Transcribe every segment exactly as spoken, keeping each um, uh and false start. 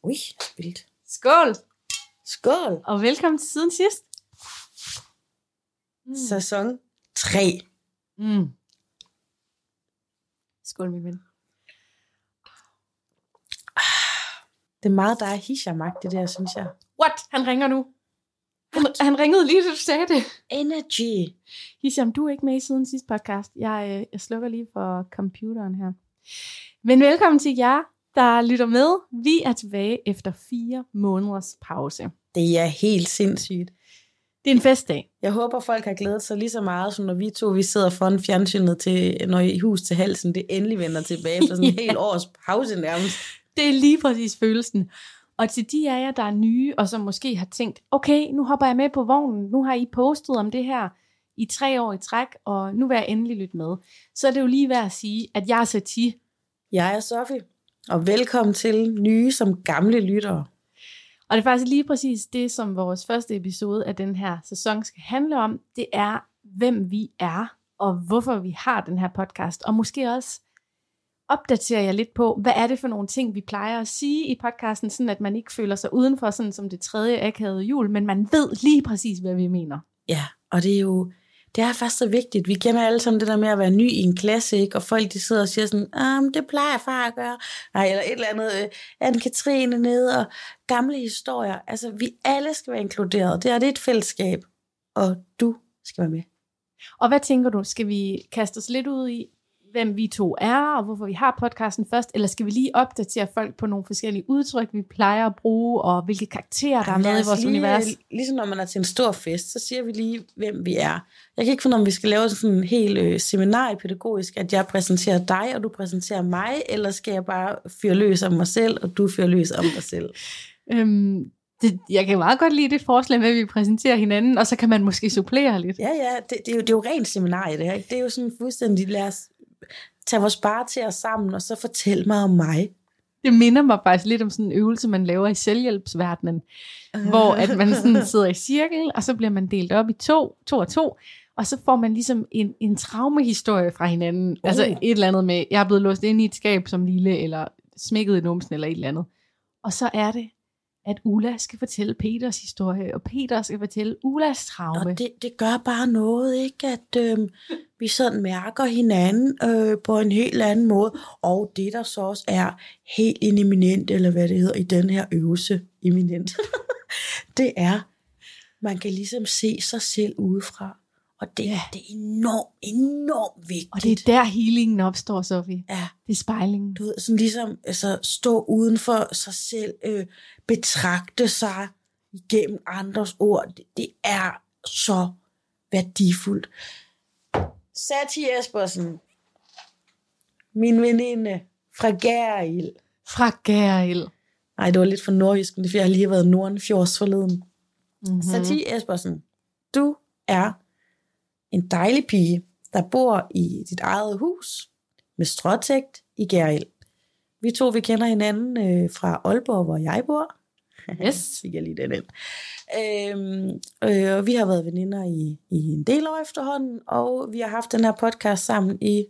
Ui, spildt. Skål! Skål! Og velkommen til siden sidst. Mm. Sæson tre. Mm. Skål, min ven. Det er meget, der er Hisham-agtigt, det der, synes jeg. What? Han ringer nu. Han, han ringede lige, da du sagde det. Energy. Hisham, du er ikke med i siden sidste podcast. Jeg, jeg slukker lige for computeren her. Men velkommen til jer, der lytter med. Vi er tilbage efter fire måneders pause. Det er helt sindssygt. Det er en festdag. Jeg håber, folk har glædet sig lige så meget, som når vi to vi sidder foran fjernsynet, til, når i hus til halsen, det endelig vender tilbage for sådan en hel års pause nærmest. Det er lige præcis følelsen. Og til de af jer, der er nye, og som måske har tænkt, okay, nu hopper jeg med på vognen, nu har I postet om det her i tre år i træk, og nu vil jeg endelig lytte med. Så er det jo lige værd at sige, at jeg er Sati. Jeg er Sofie, og velkommen til nye som gamle lyttere. Og det er faktisk lige præcis det, som vores første episode af den her sæson skal handle om. Det er, hvem vi er, og hvorfor vi har den her podcast. Og måske også opdaterer jeg lidt på, hvad er det for nogle ting, vi plejer at sige i podcasten, sådan at man ikke føler sig udenfor, sådan som det tredje akavede jul, men man ved lige præcis, hvad vi mener. Ja, og det er jo, det er faktisk så vigtigt. Vi kender alle sammen det der med at være ny i en klasse, ikke? Og folk de sidder og siger sådan, ah, det plejer far at gøre. Nej, eller et eller andet, øh, Anne-Katrine nede, og gamle historier. Altså, vi alle skal være inkluderet. Det er det et fællesskab, og du skal være med. Og hvad tænker du? Skal vi kaste os lidt ud i, hvem vi to er, og hvorfor vi har podcasten først, eller skal vi lige opdatere folk på nogle forskellige udtryk, vi plejer at bruge, og hvilke karakterer, der er med i vores lige, univers? Ligesom når man er til en stor fest, så siger vi lige, hvem vi er. Jeg kan ikke finde, om vi skal lave sådan en helt øh, seminar pædagogisk, at jeg præsenterer dig, og du præsenterer mig, eller skal jeg bare fyre løs om mig selv, og du fyre løs om dig selv? øhm, det, jeg kan meget godt lide det forslag med, at vi præsenterer hinanden, og så kan man måske supplere lidt. Ja, ja, det, det, er, jo, det er jo rent seminar i det her. Ikke? Det er jo sådan fuldstændig, lad os tage vores bare til os sammen, og så fortæl mig om mig. Det minder mig faktisk lidt om sådan en øvelse, man laver i selvhjælpsverdenen, hvor at man sådan sidder i cirkel, og så bliver man delt op i to, to og to, og så får man ligesom en, en traumehistorie fra hinanden. Uh. Altså et eller andet med, jeg er blevet låst inde i et skab som lille, eller smækket i numsen, eller et eller andet. Og så er det, at Ulla skal fortælle Peters historie, og Peter skal fortælle Ullas traume. Og det, det gør bare noget, ikke? At øh, vi sådan mærker hinanden øh, på en helt anden måde. Og det, der så også er helt eminent, eller hvad det hedder i den her øvelse, eminent, det er, man kan ligesom se sig selv udefra. Og det, ja. det er enormt, enormt vigtigt. Og det er der healingen opstår, Sofie. Ja. Det er spejlingen. Du ved, sådan ligesom altså, stå uden for sig selv, øh, betragte sig igennem andres ord. Det, det er så værdifuldt. Sati Espersen, min veninde fra Gærild. Fra Gærild. Nej, det var lidt for nordjysk, men det er, fordi jeg har lige været i Nordenfjords forleden. Mm-hmm. Sati Espersen, du er en dejlig pige, der bor i dit eget hus med stråtægt i Gærild. Vi to, vi kender hinanden øh, fra Aalborg, hvor jeg bor. Yes. Fik jeg lige den ind. Øhm, øh, og vi har været veninder i, i en del år efterhånden, og vi har haft den her podcast sammen i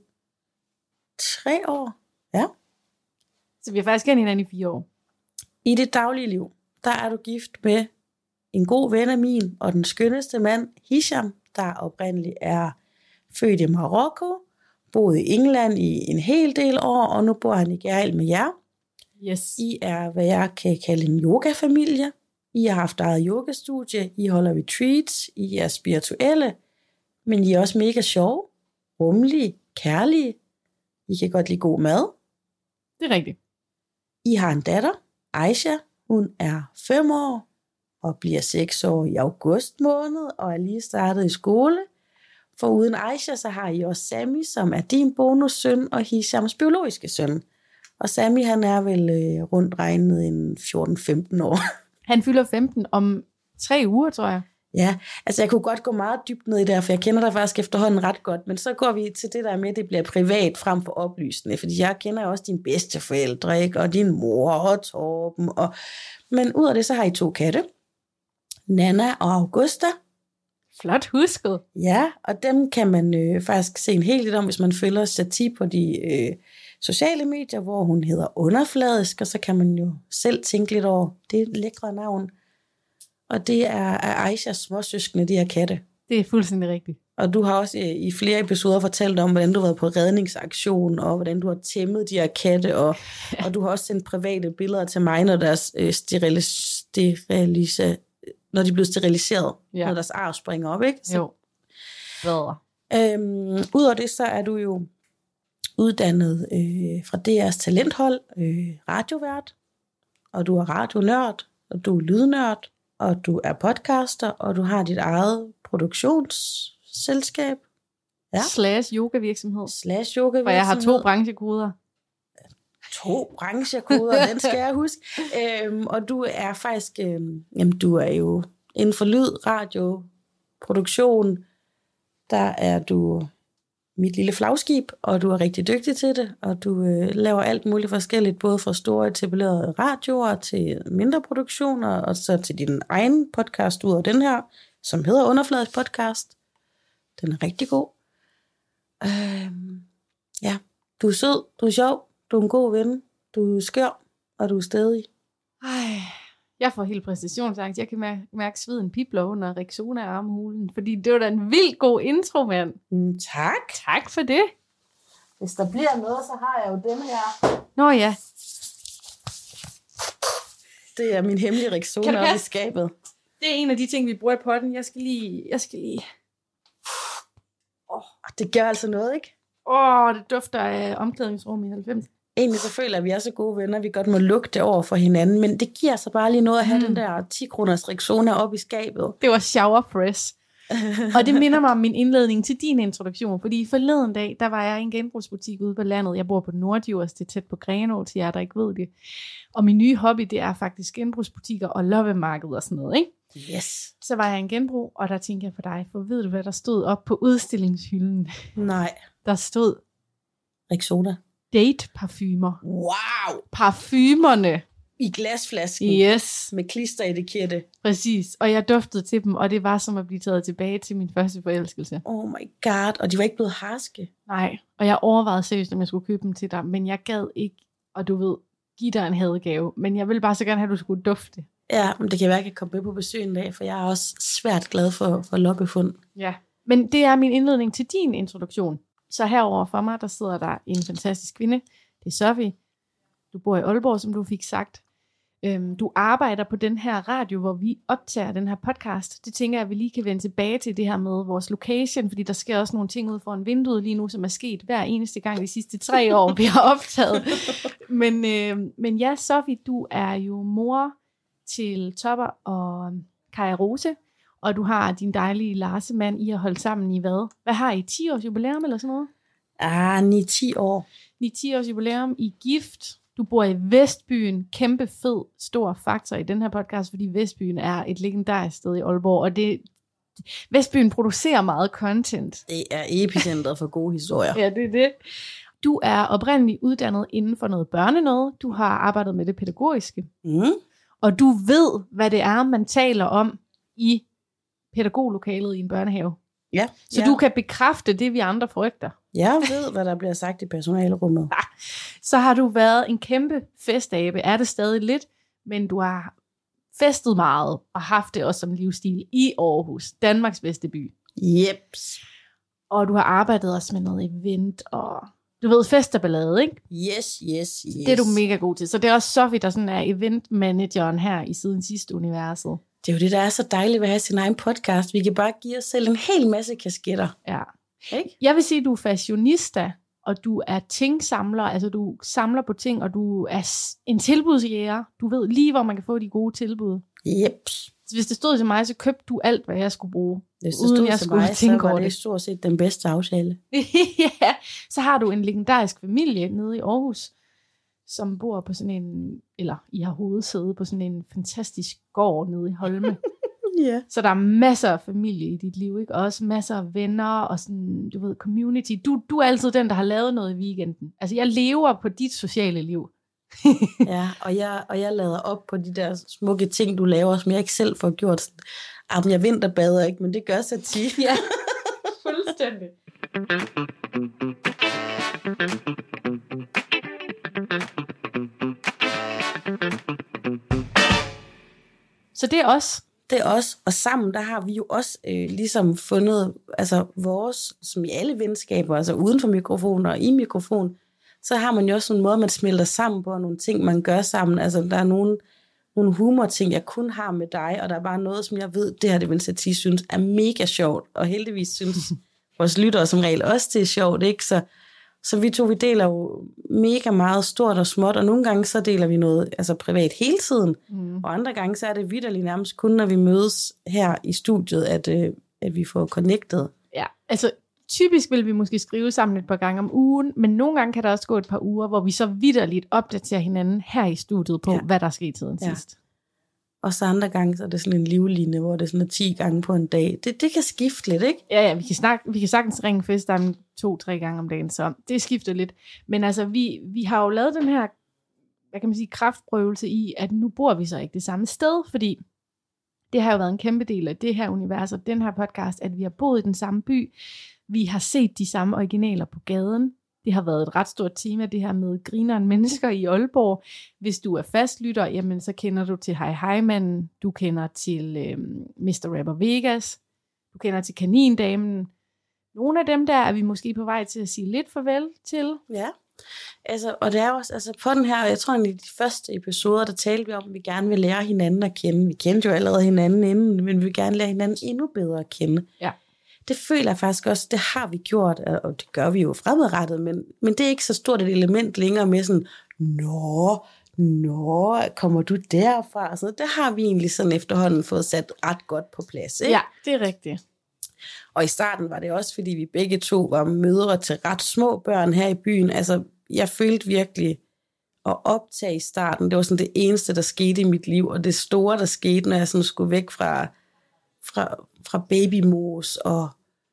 tre år. Ja. Så vi har faktisk kendt hinanden i fire år. I det daglige liv, der er du gift med en god ven af min, og den skønneste mand, Hisham, der oprindeligt er født i Marokko, boet i England i en hel del år, og nu bor han i Gærild med jer. Yes. I er, hvad jeg kan kalde en yogafamilie. I har haft eget yogastudie, I holder retreats, I er spirituelle, men I er også mega sjove, rummelige, kærlige. I kan godt lide god mad. Det er rigtigt. I har en datter, Aisha. Hun er fem år og bliver seks år i august måned og er lige startet i skole. For uden Aisha, så har I også Sami, som er din bonussøn og Hishams biologiske søn. Og Sami, han er vel øh, rundt regnet en fjorten femten år. Han fylder femten om tre uger, tror jeg. Ja, altså jeg kunne godt gå meget dybt ned i det her, for jeg kender dig faktisk efterhånden ret godt, men så går vi til det der med, at det bliver privat frem for oplysende, fordi jeg kender jo også dine bedsteforældre, ikke? Og din mor og Torben. Og... Men ud af det, så har I to katte, Nana og Augusta. Flot husket. Ja, og dem kan man øh, faktisk se en hel del om, hvis man følger Sati på de øh, sociale medier, hvor hun hedder Underfladisk, og så kan man jo selv tænke lidt over det lækre navn. Og det er Aishas småsøskende, de her katte. Det er fuldstændig rigtigt. Og du har også i flere episoder fortalt om, hvordan du har været på redningsaktion, og hvordan du har tæmmet de her katte, og, og du har også sendt private billeder til mig, når, deres, øh, sterilis, sterilisa, når de blev steriliseret, ja. Når deres arv springer op, ikke? Så, jo. Hvad? Øhm, Udover det, så er du jo uddannet øh, fra D R's talenthold, øh, radiovært, og du er radionørd, og du er lydnørd, og du er podcaster, og du har dit eget produktionsselskab. Ja. Slash yoga virksomhed. Slash yoga virksomhed. Og jeg har to branchekoder. To branchekoder, den skal jeg huske. Øhm, og du er faktisk, øhm, jamen du er jo inden for lyd, radio, produktion, der er du mit lille flagskib, og du er rigtig dygtig til det, og du øh, laver alt muligt forskelligt, både fra store etablerede radioer til mindre produktioner, og så til din egen podcast ud af den her, som hedder Underfladisk Podcast. Den er rigtig god. Øhm, ja, du er sød, du er sjov, du er en god ven, du er skør, og du er stedig. Ej, jeg får helt præstationsangst. Jeg kan mærke, mærke sveden pibler under Rexona armhulen, fordi det var da en vildt god intro, mand. Mm, tak. Tak for det. Hvis der bliver noget, så har jeg jo den her. Nå ja. Det er min hemmelige Rexona oppe i skabet. Det er en af de ting, vi bruger i potten. Jeg skal lige... Jeg skal lige... Oh, det gør altså noget, ikke? Åh, oh, det dufter af omklædningsrum i halvfems. Egentlig så føler jeg, at vi er så gode venner, vi godt må lugte over for hinanden, men det giver så bare lige noget at have mm. den der ti kroners Rexona op i skabet. Det var shower fresh. Og det minder mig om min indledning til din introduktion, fordi forleden dag, der var jeg i en genbrugsbutik ude på landet. Jeg bor på Nordjurs, det er tæt på Grenaa, til jer, der ikke ved det. Og min nye hobby, det er faktisk genbrugsbutikker og loppemarked og sådan noget, ikke? Yes. Så var jeg i en genbrug, og der tænkte jeg på dig, for ved du, hvad der stod op på udstillingshylden? Nej. Der stod... Rexona. Date-parfumer. Wow! Parfumerne. I glasflasken. Yes. Med klisteretikette. Præcis. Og jeg duftede til dem, og det var som at blive taget tilbage til min første forelskelse. Oh my god. Og de var ikke blevet harske. Nej. Og jeg overvejede seriøst, om jeg skulle købe dem til dig, men jeg gad ikke, og du ved, give dig en hadegave. Men jeg ville bare så gerne have, at du skulle dufte. Ja, men det kan være, at jeg kan komme med på besøg en dag, for jeg er også svært glad for, for loppefund. Ja. Men det er min indledning til din introduktion. Så herover for mig, der sidder der en fantastisk kvinde. Det er Sofie. Du bor i Aalborg, som du fik sagt. Øhm, du arbejder på den her radio, hvor vi optager den her podcast. Det tænker jeg, at vi lige kan vende tilbage til det her med vores location, fordi der sker også nogle ting ud foran vinduet lige nu, som er sket hver eneste gang de sidste tre år, vi har optaget. Men, øh, men ja, Sofie, du er jo mor til Topper og Kaja Rose, og du har din dejlige Larsemand, I har holdt sammen i hvad? Hvad har I? ti års jubilæum eller sådan noget? Ah, ni ti år. ni ti års jubilæum, I gift. Du bor i Vestbyen. Kæmpe fed, stor faktor i den her podcast, fordi Vestbyen er et legendarisk sted i Aalborg, og det Vestbyen producerer meget content. Det er epicentret for gode historier. Ja, det er det. Du er oprindeligt uddannet inden for noget børnenød. Du har arbejdet med det pædagogiske. Mm. Og du ved, hvad det er, man taler om i pædagoglokalet i en børnehave. Ja. Så ja. du kan bekræfte det, vi andre frygter. Jeg ved, hvad der bliver sagt i personalerummet. Så har du været en kæmpe festabe. Er det stadig lidt, men du har festet meget og haft det også som livsstil i Aarhus, Danmarks bedste by. Jeps. Og du har arbejdet også med noget event og du ved, fest og ballade, ikke? Yes, yes, yes. Det er du mega god til. Så det er også Sofie, der sådan er eventmanageren her i Siden Sidste Universet. Det er jo det, der er så dejligt ved at have sin egen podcast. Vi kan bare give os selv en hel masse kasketter. Ja. Ikke? Jeg vil sige, at du er fashionista, og du er tingsamler. Altså, du samler på ting, og du er en tilbudsjæger. Du ved lige, hvor man kan få de gode tilbud. Yep. Så hvis det stod til mig, så købte du alt, hvad jeg skulle bruge. Hvis det stod jeg til mig, så var det, det stort set den bedste aftale. Ja, så har du en legendarisk familie nede i Aarhus, som bor på sådan en, eller I har hovedsæde på sådan en fantastisk gård nede i Holme. Yeah. Så der er masser af familie i dit liv, ikke? Og også masser af venner og sådan, du ved, community. Du, du er altid den, der har lavet noget i weekenden. Altså, jeg lever på dit sociale liv. Ja, og jeg, og jeg lader op på de der smukke ting, du laver, som jeg ikke selv får gjort. Jamen, jeg vinterbader ikke, men det gør sig tit. Ja, fuldstændig. Så det er os. Det er os, og sammen der har vi jo også øh, ligesom fundet, altså vores, som i alle venskaber, altså uden for mikrofon og i mikrofon, så har man jo også en måde, man smelter sammen på, og nogle ting, man gør sammen. Altså der er nogle, nogle humorting, jeg kun har med dig, og der er bare noget, som jeg ved, det her det vil Satie synes er mega sjovt, og heldigvis synes vores lyttere som regel også, det er sjovt, ikke? Så, så vi to, vi deler jo mega meget stort og småt, og nogle gange så deler vi noget altså privat hele tiden, mm. og andre gange så er det vitterligt nærmest kun, når vi mødes her i studiet, at, øh, at vi får connected. Ja, altså typisk vil vi måske skrive sammen et par gange om ugen, men nogle gange kan der også gå et par uger, hvor vi så vitterligt opdaterer hinanden her i studiet på, ja. hvad der er sket siden ja. sidst. Og så andre gange, så er det sådan en livline, hvor det er sådan er ti gange på en dag. Det, det kan skifte lidt, ikke? Ja, ja, vi kan, snakke, vi kan sagtens ringe FaceTime to-tre gange om dagen, så det skifter lidt. Men altså, vi, vi har jo lavet den her, hvad kan man sige, kraftprøvelse i, at nu bor vi så ikke det samme sted, fordi det har jo været en kæmpe del af det her univers, og den her podcast, at vi har boet i den samme by. Vi har set de samme originaler på gaden. Det har været et ret stort tema, det her med grineren mennesker i Aalborg. Hvis du er fastlytter, jamen så kender du til Hej Hej Manden, du kender til øhm, mister Rapper Vegas, du kender til Kanindamen. Nogle af dem der er vi måske på vej til at sige lidt farvel til. Ja, altså, og det er også, altså på den her, jeg tror i de første episoder, der talte vi om, at vi gerne vil lære hinanden at kende. Vi kendte jo allerede hinanden inden, men vi vil gerne lære hinanden endnu bedre at kende. Ja. Det føler jeg faktisk også, det har vi gjort, og det gør vi jo fremadrettet, men, men det er ikke så stort et element længere med sådan, nå, nå, kommer du derfra? Så det har vi egentlig sådan efterhånden fået sat ret godt på plads, ikke? Ja, det er rigtigt. Og i starten var det også, fordi vi begge to var mødre til ret små børn her i byen. Altså, jeg følte virkelig at optage i starten. Det var sådan det eneste, der skete i mit liv, og det store, der skete, når jeg sådan skulle væk fra, fra, fra babymos og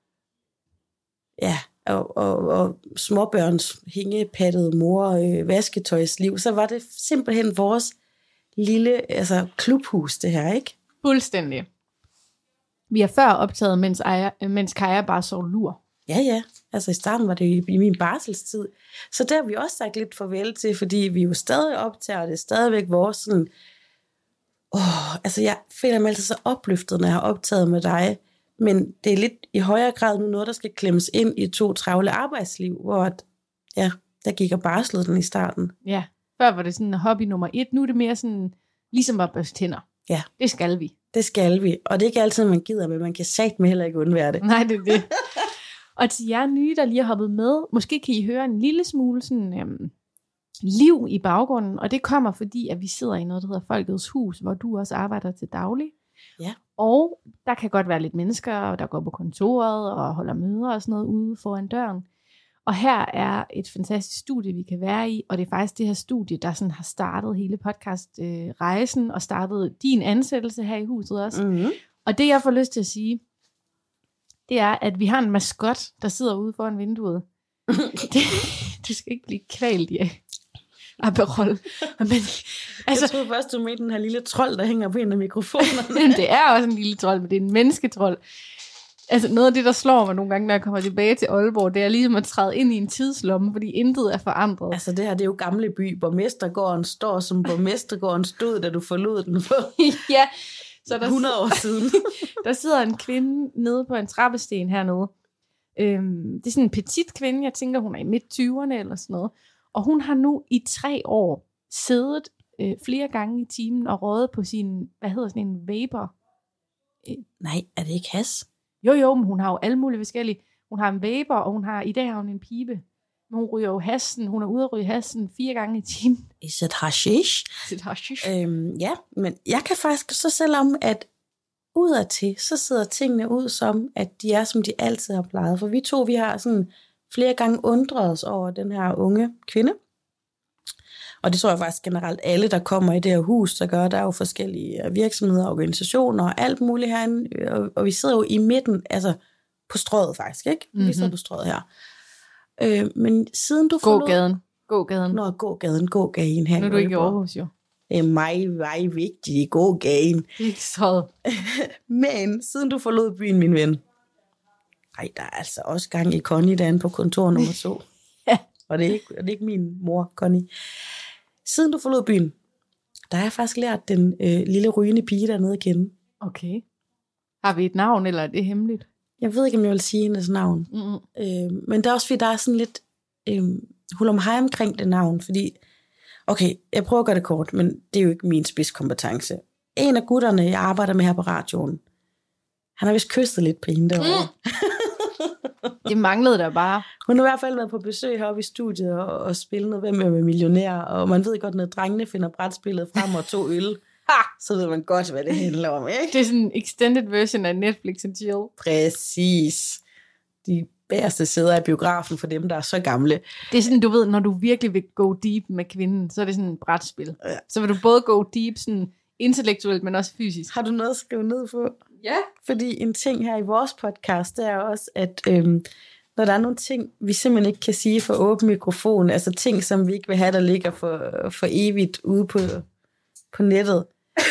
ja, og, og, og småbørns hængepattede mor øh, vasketøjsliv, så var det simpelthen vores lille altså, klubhus, det her, ikke? Fuldstændig. Vi har før optaget, mens, Aya, mens Kaja bare sov lur. Ja, ja. Altså i starten var det i, i min barselstid. Så der har vi også sagt lidt farvel til, fordi vi jo stadig optager, og det er stadigvæk vores sådan... Åh, altså jeg føler mig altid så opløftet, når jeg har optaget med dig. Men det er lidt i højere grad nu noget, der skal klemmes ind i to travle arbejdsliv, hvor at, ja, der gik og barslede den i starten. Ja, før var det sådan en hobby nummer et. Nu er det mere sådan, ligesom at børste tænder. Ja. Det skal vi. Det skal vi. Og det er ikke altid, man gider, men man kan satme heller ikke undvære det. Nej, det er det. Og til jer nye, der lige har hoppet med, måske kan I høre en lille smule sådan, øhm, liv i baggrunden. Og det kommer fordi, at vi sidder i noget, der hedder Folkets Hus, hvor du også arbejder til daglig. Ja. Og der kan godt være lidt mennesker, der går på kontoret og holder møder og sådan noget ude foran døren. Og her er et fantastisk studie, vi kan være i, og det er faktisk det her studie, der sådan har startet hele podcast-rejsen, og startet din ansættelse her i huset også. Mm-hmm. Og det, jeg får lyst til at sige, det er, at vi har en maskot, der sidder ude foran vinduet. det, du skal ikke blive kvalt i Aperol. Men, altså, jeg troede først, du mente den her lille trold, der hænger på en af mikrofonerne. Det er også en lille trold, men det er en mennesketrold. Altså noget af det, der slår mig nogle gange, når jeg kommer tilbage til Aalborg, det er ligesom at træde ind i en tidslomme, fordi intet er forandret. Altså det her, det er jo gamle by. Borgmestergården står, som borgmestergården stod, da du forlod den for ja, så der hundrede år siden. Der sidder en kvinde nede på en trappesten hernede. Øhm, det er sådan en petit kvinde, jeg tænker, hun er i midt tyverne eller sådan noget. Og hun har nu i tre år siddet øh, flere gange i timen og røget på sin, hvad hedder sådan en vapor? Øh, nej, er det ikke has? Jo, jo, men hun har jo alle mulige forskellige. Hun har en vapor, og hun har, i dag har hun en pibe. Men hun ryger jo hassen, hun er ude at ryge hassen fire gange i timen. Is it hashish? Is it hashish? Øhm, ja, men jeg kan faktisk så selvom, at udadtil, så sidder tingene ud som, at de er, som de altid har plejet. For vi to, vi har sådan flere gange undret os over den her unge kvinde. Og det tror jeg faktisk generelt alle, der kommer i det her hus, der gør. Der er jo forskellige virksomheder, organisationer og alt muligt herinde. Og, og vi sidder jo i midten, altså på strøget faktisk, ikke? Mm-hmm. Vi sidder på strøget her. Øh, men siden du forlod... Gågaden. Gågaden. Nå, gågaden, gågaden her. Nu er du ikke i Aarhus, jo. Det er meget, meget vigtigt i gågaden. Det er ikke så. Men siden du forlod byen, min ven. Ej, der er altså også gang i Connie derinde på kontor nummer to. Ja. Og det er ikke, det er ikke min mor, Connie. Siden du forlod byen, Der har jeg faktisk lært den øh, lille rygende pige dernede at kende. Okay. Har vi et navn, eller er det hemmeligt? Jeg ved ikke, om jeg vil sige hendes navn. Mm-hmm. Øh, men det er også, fordi der er sådan lidt øh, hul om hej omkring det navn. Fordi, okay, jeg prøver at gøre det kort, men det er jo ikke min spidskompetence. En af gutterne, jeg arbejder med her på radioen, han har vist kysset lidt på hende derovre. Mm. Det manglede der bare. Hun har i hvert fald været på besøg heroppe i studiet og, og spillet noget Hvem er med millionær. Og man ved godt, når drengene finder brætspillet frem og to øl, så ved man godt, hvad det handler om, ikke? Det er sådan en extended version af Netflix and chill. Præcis. De bagerste sæder i biografen for dem, der er så gamle. Det er sådan, du ved, når du virkelig vil go deep med kvinden, så er det sådan et brætspil. Ja. Så vil du både go deep sådan intellektuelt, men også fysisk. Har du noget at skrive ned på? Ja. Fordi en ting her i vores podcast, det er også, at øhm, når der er nogle ting, vi simpelthen ikke kan sige for åben mikrofon, altså ting, som vi ikke vil have, der ligger for, for evigt ude på, på nettet,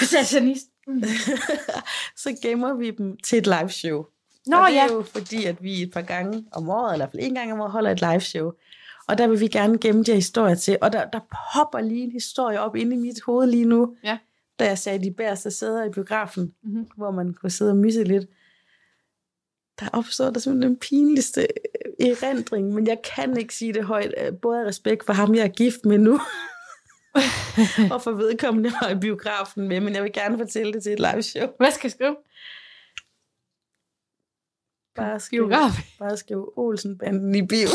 så gemmer vi dem til et live show. Nå, og det er ja. jo fordi, at vi et par gange om året, eller i hvert fald en gang om året, holder et live show. Og der vil vi gerne gemme de her historier til. Og der, der popper lige en historie op inde i mit hoved lige nu, ja. Da jeg sagde de bagerste sæder i biografen, mm-hmm. hvor man kunne sidde og mysse lidt. Der opstår der simpelthen den pinligste erindring, men jeg kan ikke sige det højt, både af respekt for ham, jeg er gift med nu, og for vedkommende jeg er i biografen med, men jeg vil gerne fortælle det til et live show. Hvad skal jeg skrive? Bare skrive, bare skrive Olsen-banden i bio.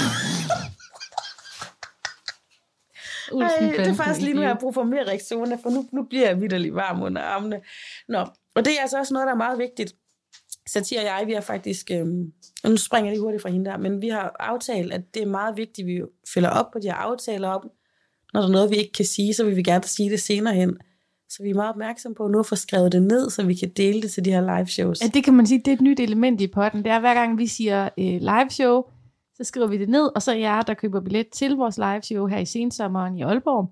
Ej, det er faktisk lige nu, jeg har brug for mere Rexona, for nu, nu bliver jeg vitterlig varm under armene. Nå, og det er altså også noget, der er meget vigtigt. Satir og jeg, vi har faktisk, øhm, og nu springer jeg lige hurtigt fra hende der, men vi har aftalt, at det er meget vigtigt, at vi følger op på de her aftaler op. Når der er noget, vi ikke kan sige, så vil vi gerne sige det senere hen. Så vi er meget opmærksomme på nu at få skrevet det ned, så vi kan dele det til de her live shows. Ja, det kan man sige, det er et nyt element i potten. Det er, hver gang vi siger øh, live show, så skriver vi det ned, og så er jer, der køber billet til vores live show her i sensommeren i Aalborg.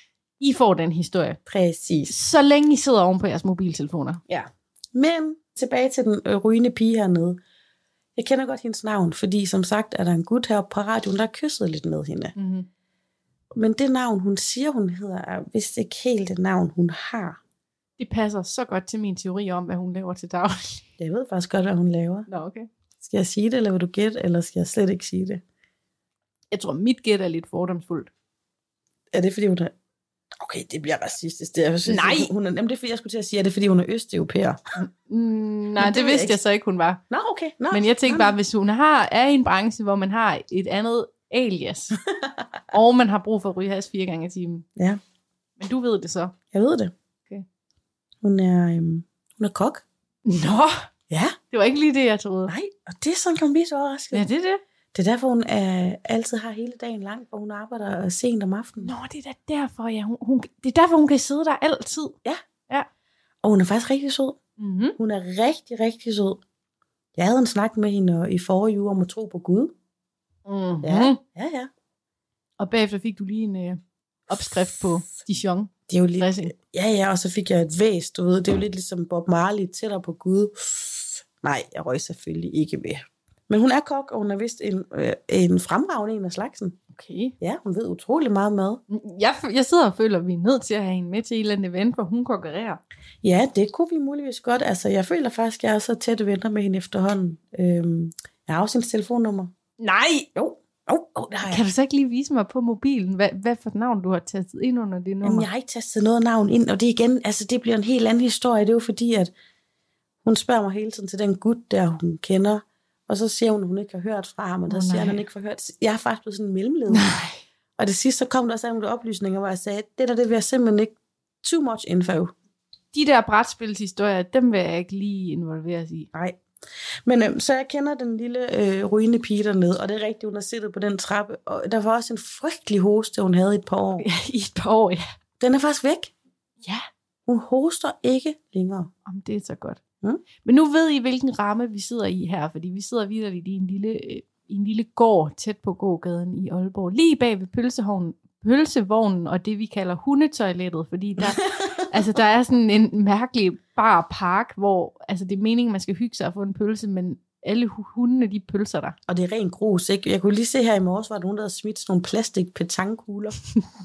I får den historie. Præcis. Så længe I sidder oven på jeres mobiltelefoner. Ja. Men tilbage til den øh, rygende pige hernede. Jeg kender godt hendes navn, fordi som sagt er der en gut heroppe på radioen, der har kysset lidt med hende. Mm-hmm. Men det navn, hun siger, hun hedder, er vist ikke helt det navn, hun har. Det passer så godt til min teori om, hvad hun laver til daglig. Jeg ved faktisk godt, hvad hun laver. Nå, okay. Skal jeg sige det, eller vil du gætte, eller skal jeg slet ikke sige det? Jeg tror, mit gæt er lidt fordomsfuldt. Er det, fordi hun er... Okay, det bliver racistisk. Det er, synes, nej! Hun, hun er... Jamen, det er, fordi jeg skulle til at sige, er det, fordi hun er østeuropæer? Mm, nej, det, det vidste jeg, jeg så ikke, hun var. Nå, okay. Nå, Men jeg tænkte nå, bare, hvis hun har, er i en branche, hvor man har et andet alias, og man har brug for at ryge has fire gange i timen. Ja. Men du ved det så. Jeg ved det. Okay. Hun er, øhm, hun er kok. Nå! Ja. Det var ikke lige det, jeg troede. Nej, og det er sådan, kan man blive så overrasket. Ja, det er det. Det er derfor, hun er, altid har hele dagen lang, hvor hun arbejder sent om aftenen. Nå, det er da derfor, ja. Hun, hun, det er derfor, hun kan sidde der altid. Ja. Ja. Og hun er faktisk rigtig sød. Mm-hmm. Hun er rigtig, rigtig sød. Jeg havde en snak med hende i forrige uge om at tro på Gud. Mm-hmm. Ja, ja, ja. Og bagefter fik du lige en øh, opskrift på Dijon. Det er jo lidt, dressing. ja, ja, og så fik jeg et væs, du ved. Det er jo lidt ligesom Bob Marley, tættere på Gud. Nej, jeg røg selvfølgelig ikke med. Men hun er kok, og hun er vist en, øh, en fremragende en af slagsen. Okay. Ja, hun ved utrolig meget mad. Jeg, jeg sidder og føler, at vi er nødt til at have hende med til et eller andet event, hvor hun konkurrerer. Ja, det kunne vi muligvis godt. Altså, jeg føler faktisk, at jeg er så tætte venner med hende efterhånden. Øhm, jeg har også hendes telefonnummer. Nej! Jo, jo, jo, det har jeg. Kan du så ikke lige vise mig på mobilen, hvad, hvad for et navn du har tastet ind under det nummer? Jamen, jeg har ikke tastet noget navn ind, og det igen, altså det bliver en helt anden historie. Det er jo fordi, at hun spørger mig hele tiden til den gut, der hun kender, og så siger hun, at hun ikke har hørt fra ham, og der oh, siger han, han ikke har hørt. Jeg har faktisk blevet sådan en mellemled. Nej. Og det sidste, så kom der også nogle oplysninger, hvor jeg sagde, det der, det vil jeg simpelthen ikke, too much info. De der brætspilshistorier, dem vil jeg ikke lige involveres i. Nej. Men øhm, så jeg kender den lille øh, rygende pige dernede, og det er rigtigt, hun har siddet på den trappe, og der var også en frygtelig hoste, hun havde i et par år. Ja, i et par år, ja. Den er faktisk væk. Ja. Hun hoster ikke længere. Om det er så godt. Mm. Men nu ved I, hvilken ramme vi sidder i her, fordi vi sidder videre i en lille, øh, i en lille gård tæt på gågaden i Aalborg, lige bag ved pølsevognen, pølsevognen og det, vi kalder hundetoilettet, fordi der, altså, der er sådan en mærkelig bar park, hvor altså, det er meningen, man skal hygge sig og få en pølse, men alle hundene, de pølser der. Og det er ren grus, ikke? Jeg kunne lige se her i morges, var der nogen, der havde smidt sådan nogle plastik petankugler.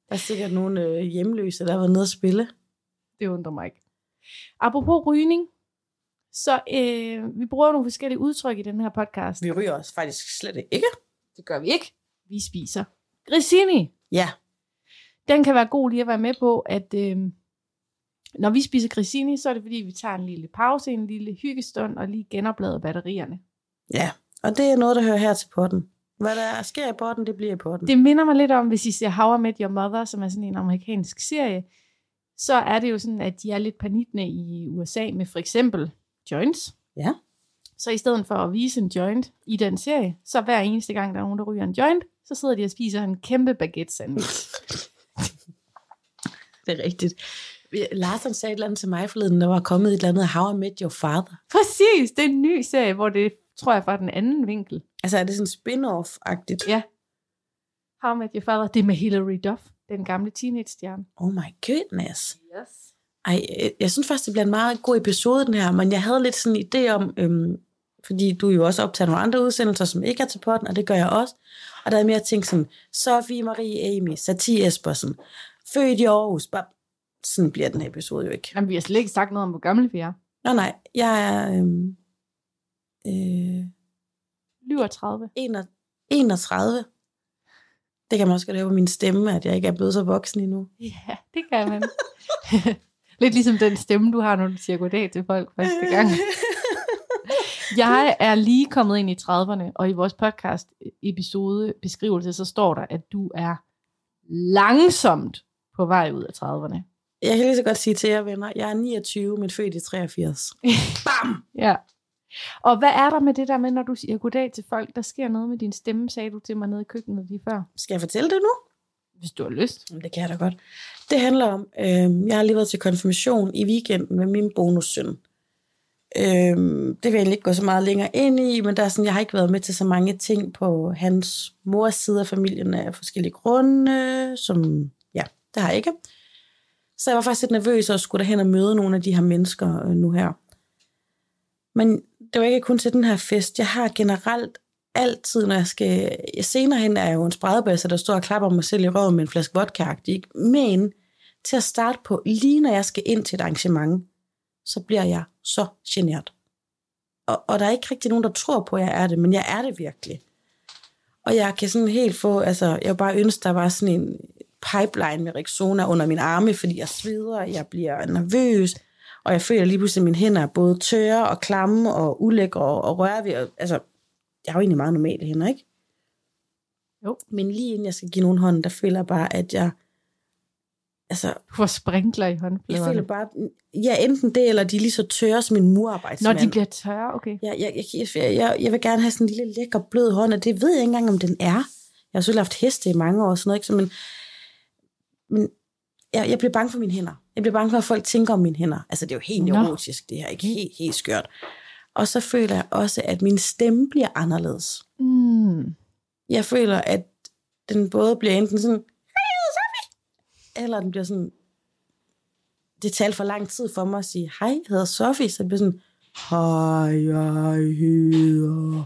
Der er sikkert nogle øh, hjemløse, der har været nede at spille. Det undrer mig ikke. Apropos rygning, så øh, vi bruger nogle forskellige udtryk i den her podcast. Vi ryger os faktisk slet ikke. Det gør vi ikke. Vi spiser grissini. Ja. Den kan være god lige at være med på, at øh, når vi spiser grissini, så er det fordi, vi tager en lille pause, en lille hyggestund, og lige genoplader batterierne. Ja, og det er noget, der hører her til potten. Hvad der sker i potten, det bliver i potten. Det minder mig lidt om, hvis I ser How I Met Your Mother, som er sådan en amerikansk serie, så er det jo sådan, at de er lidt panittende i U S A med for eksempel joints. Ja. Så i stedet for at vise en joint i den serie, så hver eneste gang, der er nogen, der ryger en joint, så sidder de og spiser en kæmpe baguette sandwich. Det er rigtigt. Larsen sagde et eller andet til mig forleden, der var kommet et eller andet How I Met Your Father. Præcis, det er en ny serie, hvor det tror jeg fra den anden vinkel. Altså er det sådan spin-off-agtigt? Ja. How I Met Your Father, det er med Hilary Duff, den gamle teenage-stjerne. Oh my goodness. Yes. Ej, jeg synes faktisk, det bliver en meget god episode, den her, men jeg havde lidt sådan en idé om, øhm, fordi du jo også optager nogle andre udsendelser, som ikke er til potten, og det gør jeg også. Og der er mere ting som Sofie Marie Amy, Satie Espersen, født i Aarhus. Bare, sådan bliver den her episode jo ikke. Jamen, vi har slet ikke sagt noget om, hvor gamle vi er. Nå nej, jeg er øhm, øh, Lyver tredive. enogtredive. Det kan man også godt høre på min stemme, at jeg ikke er blevet så voksen endnu. Ja, det kan man. Lidt ligesom den stemme, du har, når du siger goddag til folk første gang. Jeg er lige kommet ind i trediverne, og i vores podcast episode beskrivelse, så står der, at du er langsomt på vej ud af trediverne. Jeg kan lige så godt sige til jer, venner, jeg er niogtyve, men født i treogfirs. Bam! Ja. Og hvad er der med det der med, når du siger goddag til folk? Der sker noget med din stemme, sagde du til mig nede i køkkenet lige før. Skal jeg fortælle det nu? Hvis du har lyst. Det kan jeg da godt. Det handler om, øh, jeg har lige været til konfirmation i weekenden med min bonussøn. Øh, det vil jeg egentlig ikke gå så meget længere ind i, men der er sådan, jeg har ikke været med til så mange ting på hans mors side af familien af forskellige grunde, som, ja, det har jeg ikke. Så jeg var faktisk lidt nervøs og skulle derhen og møde nogle af de her mennesker øh, nu her. Men det var ikke kun til den her fest. Jeg har generelt altid, når jeg skal... Senere hen er jeg jo en spredebasser, der står og klapper mig selv i røven med en flaske vodka. Men til at starte på, lige når jeg skal ind til et arrangement, så bliver jeg så genert. Og, og der er ikke rigtig nogen, der tror på, at jeg er det, men jeg er det virkelig. Og jeg kan sådan helt få... Altså, jeg bare ønske, der var sådan en pipeline med Rexona under min arme, fordi jeg sveder, jeg bliver nervøs, og jeg føler lige pludselig, at mine hænder er både tørre og klamme og ulækre og, og røre ved. Altså, jeg har jo egentlig meget normale hænder, ikke? Jo. Men lige inden jeg skal give nogen hånd, der føler jeg bare, at jeg... Altså... Du får sprinkler i håndfladerne. Jeg føler bare... Ja, enten det, eller de er lige så tørre som en murarbejdsmand. Når de bliver tørre, okay. Jeg, jeg, jeg, jeg, jeg, jeg vil gerne have sådan en lille lækker blød hånd, og det ved jeg ikke engang, om den er. Jeg har selvfølgelig haft heste i mange år og sådan noget, ikke? Så, men men jeg, jeg bliver bange for mine hænder. Jeg bliver bange for, at folk tænker om mine hænder. Altså, det er jo helt neurotisk, det her, ikke? Helt, helt skørt. Og så føler jeg også, at min stemme bliver anderledes. Mm. Jeg føler, at den både bliver enten sådan, eller den bliver sådan, det tager for lang tid for mig at sige, hej, jeg hedder Sofie, så det bliver sådan, hej, jeg hedder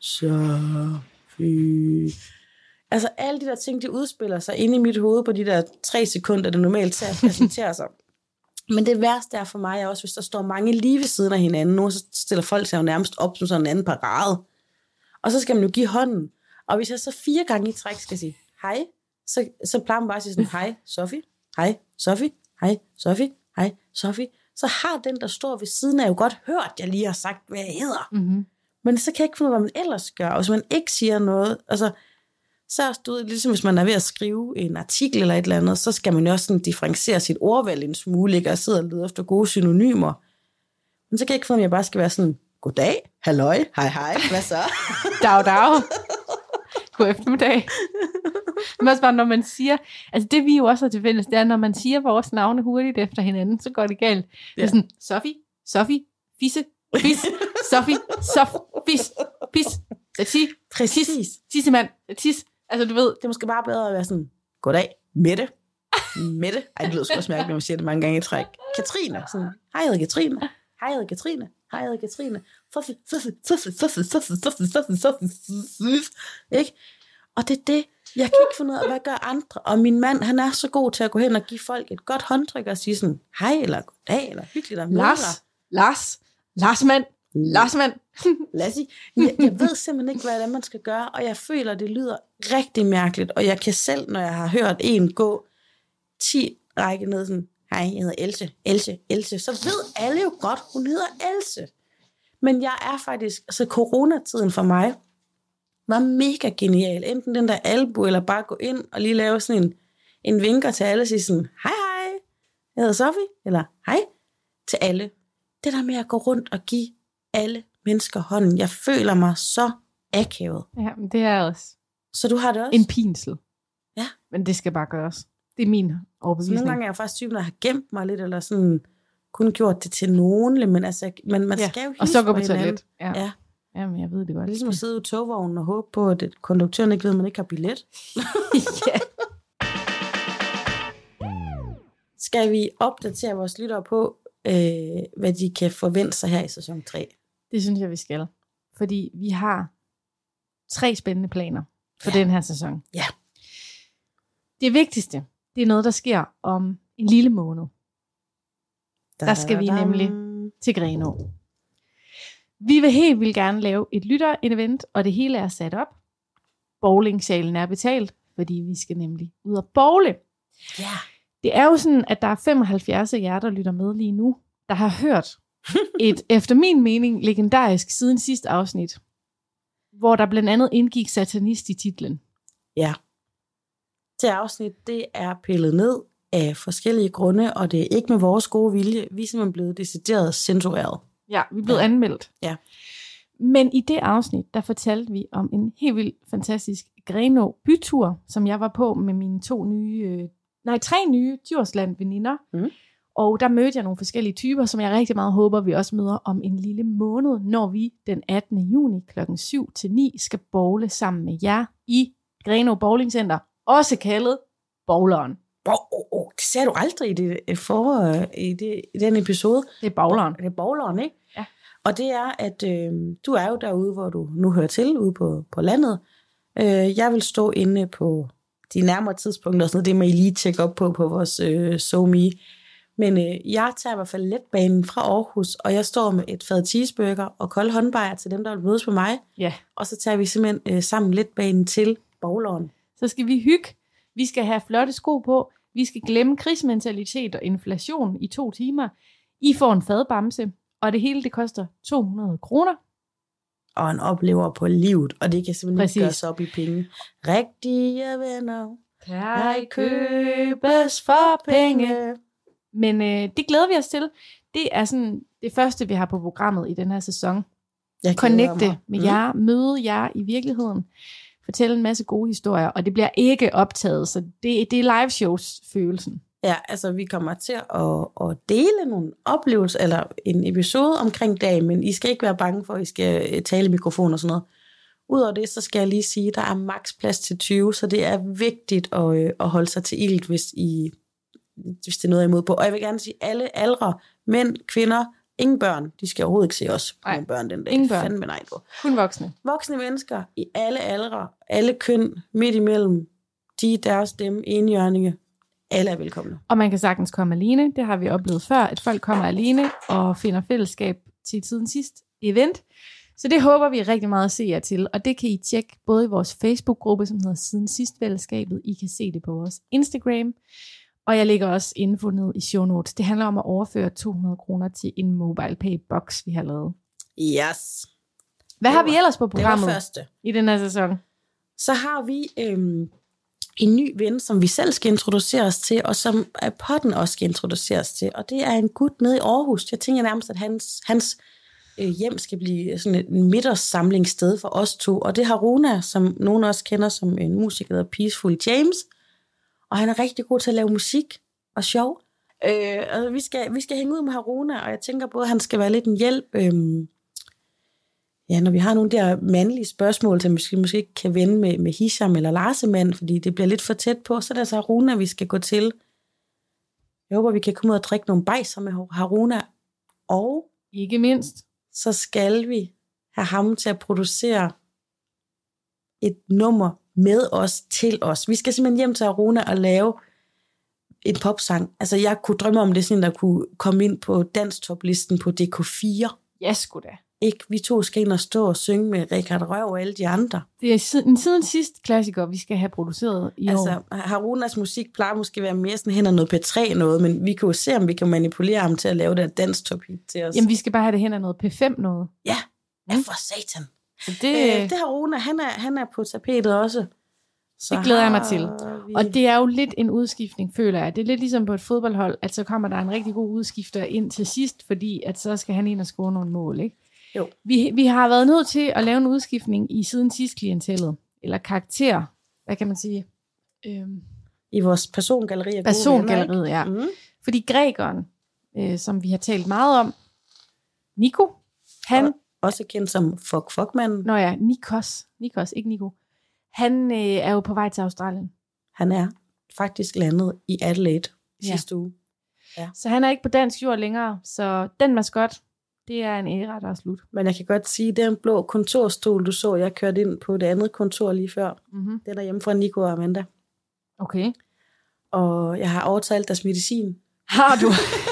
Sofie. Altså alle de der ting, de udspiller sig inde i mit hoved på de der tre sekunder, det normalt tager at præsentere sig. Men det værste er for mig er også, hvis der står mange lige ved siden af hinanden, nu så stiller folk sig jo nærmest op som sådan en anden parade. Og så skal man jo give hånden. Og hvis jeg så fire gange i træk skal sige hej, så, så plejer man bare at sige sådan, hej Sofie, hej Sofie, hej Sofie, hej Sofie. Så har den, der står ved siden af, jo godt hørt, at jeg lige har sagt, hvad jeg hedder. Mm-hmm. Men så kan jeg ikke finde ud af, hvad man ellers gør. Og hvis man ikke siger noget, altså, så er det ligesom hvis man er ved at skrive en artikel eller et eller andet, så skal man jo også sådan differentiere sit ordvalg en smule, ikke? Og sidde og lede efter gode synonymer. Men så kan jeg ikke finde ud af, at jeg bare skal være sådan, goddag, halløj, hej hej, hvad så? Dag, dag. God eftermiddag. Men også bare, når man siger, altså det vi jo også har til fælles, det er, når man siger vores navne hurtigt efter hinanden, så går det galt. Ja. Det er sådan, Sofie, Sofie, Fisse, Fis, Sofie, Sof, Fis, Fis, Satie, Præcis. Tissemand, Tis. Altså du ved. Det er måske bare bedre at være sådan, goddag, Mette. Mette. Ej, det lyder sgu også mærkeligt, når man siger det mange gange i træk. Katrine. Sådan, hej, jeg hedder Katrine. Hej, jeg hedder Katrine. Hej, jeg hedder Katrine. Sofie, Sofie, Sofie, Sofie, Sofie, Sofie, Sofie, Sofie, Sofie, ikke? Og det er det, Jeg kan ikke finde ud af, hvad gør andre. Og min mand, han er så god til at gå hen og give folk et godt håndtryk og sige sådan, hej, eller goddag, eller hyggeligt. Eller Lars, Lars, Lars mand, Lars mand. Lassie. Jeg, jeg ved simpelthen ikke, hvad det er, man skal gøre, og jeg føler, det lyder rigtig mærkeligt. Og jeg kan selv, når jeg har hørt en gå ti række ned sådan, hej, jeg hedder Else, Else, Else, så ved alle jo godt, hun hedder Else. Men jeg er faktisk, altså coronatiden for mig, var mega genial. Enten den der albu, eller bare gå ind og lige lave sådan en, en vinker til alle, og sige sådan, hej hej, jeg hedder Sofie, eller hej, til alle. Det der med at gå rundt og give alle mennesker hånden, jeg føler mig så akavet. Ja, men det er også. Så du har det også? En pinsel. Ja. Men det skal bare gøres. Det er min overbevisning. Så nogle gange er jeg faktisk typen, der har gemt mig lidt, eller sådan kun gjort det til nogen, men altså, man, man ja. skal jo hilse og så gå på hinanden. toilet. Ja. Ja. Jamen, jeg ved det godt. Det er ligesom at sidde i togvognen og håbe på, at konduktøren ikke ved, at man ikke har billet. ja. Skal vi opdatere vores lyttere på, øh, hvad de kan forvente sig her i sæson tre? Det synes jeg, vi skal. Fordi vi har tre spændende planer for ja. den her sæson. Ja. Det vigtigste, det er noget, der sker om en lille måned. Der skal vi nemlig til Grenaa. Vi vil helt vildt gerne lave et lytter-event, og det hele er sat op. Bowlingsalen er betalt, fordi vi skal nemlig ud og bowle. Ja. Det er jo sådan, at der er femoghalvfjerds af jer, der lytter med lige nu, der har hørt et, efter min mening, legendarisk siden sidste afsnit, hvor der blandt andet indgik satanist i titlen. Ja. Det afsnit, det er pillet ned af forskellige grunde, og det er ikke med vores gode vilje. Vi er simpelthen blevet decideret censureret. Ja, vi er blevet ja. anmeldt. Ja. Men i det afsnit, der fortalte vi om en helt vildt fantastisk Grenaa bytur, som jeg var på med mine to nye, nej, tre nye Djursland-veninder. Mm. Og der mødte jeg nogle forskellige typer, som jeg rigtig meget håber, vi også møder om en lille måned, når vi den attende juni klokken syv til ni skal bowle sammen med jer i Grenaa Bowling Center, også kaldet Bowleren. Oh, oh, oh. Det sagde du aldrig i, det, for, i, det, i den episode. Det er Bowleren. Det er Bowleren, ikke? Ja. Og det er, at øh, du er jo derude, hvor du nu hører til, ude på, på landet. Øh, jeg vil stå inde på de nærmere tidspunkter, og sådan noget, det må I lige tjekke op på, på vores øh, SoMe. Men øh, jeg tager i hvert fald letbanen fra Aarhus, og jeg står med et fad cheeseburger og kold håndbajer til dem, der vil mødes på mig. Ja. Og så tager vi simpelthen øh, sammen letbanen til Bowleren. Så skal vi hygge. Vi skal have flotte sko på. Vi skal glemme krigsmentalitet og inflation i to timer. I får en fadbamse, og det hele det koster to hundrede kroner. Og en oplever på livet, og det kan simpelthen Præcis. ikke gøres op i penge. Rigtige venner kan købes for penge. Men øh, det glæder vi os til. Det er sådan det første, vi har på programmet i den her sæson. Connecte med jer, mm. møde jer i virkeligheden, fortælle en masse gode historier, og det bliver ikke optaget, så det, det er live shows følelsen. Ja, altså vi kommer til at, at dele nogle oplevelser, eller en episode omkring dagen, men I skal ikke være bange for, at I skal tale i mikrofon og sådan noget. Udover det, så skal jeg lige sige, at der er maks plads til tyve, så det er vigtigt at, at holde sig til ildt, hvis, I, hvis det er noget, I er imod på. Og jeg vil gerne sige, alle aldre, mænd, kvinder, ingen børn, de skal overhovedet ikke se os med børn den dag. Ingen børn. Fandme nej på. Kun voksne. Voksne mennesker i alle aldre, alle køn, midt imellem, de, deres, dem, enhjørninge, alle er velkomne. Og man kan sagtens komme alene, det har vi oplevet før, at folk kommer alene og finder fællesskab til tiden sidst event. Så det håber vi rigtig meget at se jer til, og det kan I tjekke både i vores Facebook-gruppe, som hedder Siden Sidst Fællesskabet. I kan se det på vores Instagram, og jeg lægger også info ned i show notes. Det handler om at overføre to hundrede kroner til en mobile pay box, vi har lavet. Yes. Hvad har vi ellers på programmet første. i den her sæson? Så har vi øhm, en ny ven, som vi selv skal introduceres til, og som podden også skal introduceres til. Og det er en gut nede i Aarhus. Jeg tænker nærmest, at hans, hans øh, hjem skal blive sådan et middagssamlingssted for os to. Og det har Runa, som nogen også kender som en musiker, der hedder Peaceful James. Og han er rigtig god til at lave musik og sjov. Øh, og vi skal, vi skal hænge ud med Haruna, og jeg tænker både, at han skal være lidt en hjælp. Øh, ja, når vi har nogle der mandlige spørgsmål, som vi måske ikke kan vende med, med Hisham eller Larsemand, fordi det bliver lidt for tæt på, så er det altså Haruna, vi skal gå til. Jeg håber, vi kan komme ud og drikke nogle bajser med Haruna. Og ikke mindst, så skal vi have ham til at producere et nummer med os til os. Vi skal simpelthen hjem til Aruna og lave en popsang. Altså, jeg kunne drømme om det, sådan der kunne komme ind på danstoplisten på D K fire. Ja, sgu da. Ikke? Vi to skal ind og stå og synge med Richard Røv og alle de andre. Det er siden, siden sidste klassiker, vi skal have produceret i altså, år. Harunas musik plejer måske at være mere sådan hen og noget P tre noget, men vi kan jo se, om vi kan manipulere ham til at lave det danstop-hit til os. Jamen, vi skal bare have det hen og noget P fem noget. Ja, ja for satan. Så det, øh, det Haruna, han er, han er på tapetet også. Så det glæder jeg mig til. Vi... Og det er jo lidt en udskiftning, føler jeg. Det er lidt ligesom på et fodboldhold, at så kommer der en rigtig god udskifter ind til sidst, fordi at så skal han ind og score nogle mål, ikke? Jo. Vi, vi har været nødt til at lave en udskiftning i siden sidst klientellet, eller karakter, hvad kan man sige? Øhm, I vores persongalleri. Persongalleriet, ja. Mm. Fordi grækeren, øh, som vi har talt meget om, Nico, han... Og også kendt som Fuck Fuck-manden. Nå ja, Nikos. Nikos, ikke Nico. Han øh, er jo på vej til Australien. Han er faktisk landet i Adelaide ja. sidste uge. Ja. Så han er ikke på dansk jord længere, så den maskot, det er en æra, der er slut. Men jeg kan godt sige, at den blå kontorstol, du så, jeg kørte ind på det andet kontor lige før, mm-hmm. den er hjemme fra Nico og Amanda. Okay. Og jeg har overtalt deres medicin. Har du?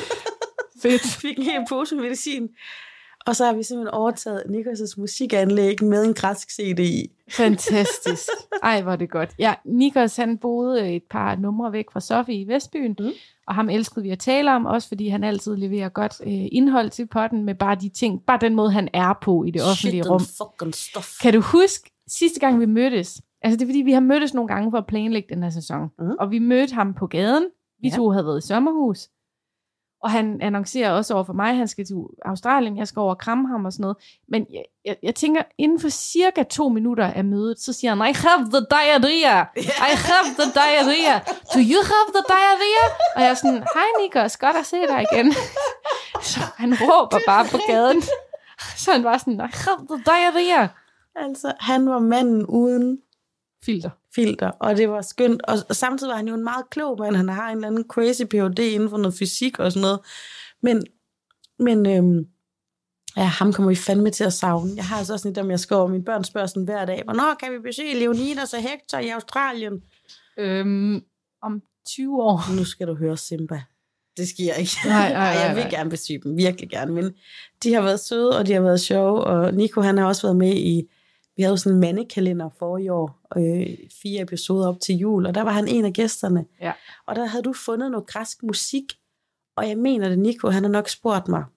Fedt. Fik en hel pose medicin. Og så har vi simpelthen overtaget Nikos' musikanlæg med en græsk C D i. Fantastisk. Ej, hvor er det godt. Ja, Nikos, han boede et par numre væk fra Sofie i Vestbyen, mm. og ham elskede vi at tale om, også fordi han altid leverer godt øh, indhold til potten, med bare de ting, bare den måde, han er på i det offentlige Shit rum. Fucking stuff. Kan du huske, sidste gang vi mødtes, altså det er fordi, vi har mødtes nogle gange for at planlægge den her sæson, mm. og vi mødte ham på gaden, vi ja. to havde været i sommerhus, og han annoncerer også over for mig, at han skal til Australien, jeg skal over og kramme ham og sådan noget. Men jeg, jeg, jeg tænker, inden for cirka to minutter af mødet, så siger han, I have the diarrhea. I have the diarrhea. Do you have the diarrhea? Og jeg er sådan, hej Nikos, godt at se dig igen. Så han råber bare på gaden. Så han var sådan, I have the diarrhea. Altså, han var manden uden filter. filter, og det var skønt, og, og samtidig var han jo en meget klog mand, han har en eller anden crazy P H D inden for noget fysik og sådan noget, men, men øhm, ja, ham kommer vi fandme til at savne. Jeg har altså også sådan et, om jeg skal over, mine børn spørger sådan hver dag, hvornår kan vi besøge Leonidas og Hector i Australien? Øhm, om tyve år. Nu skal du høre Simba. Det sker ikke. Nej, nej, nej, nej. Jeg vil gerne besøge dem, virkelig gerne, men de har været søde, og de har været sjove, og Nico, han har også været med i, vi havde jo sådan en mandekalender for i år, øh, fire episoder op til jul, og der var han en af gæsterne. Ja. Og der havde du fundet noget græsk musik, og jeg mener det, Nico, han har nok spurgt mig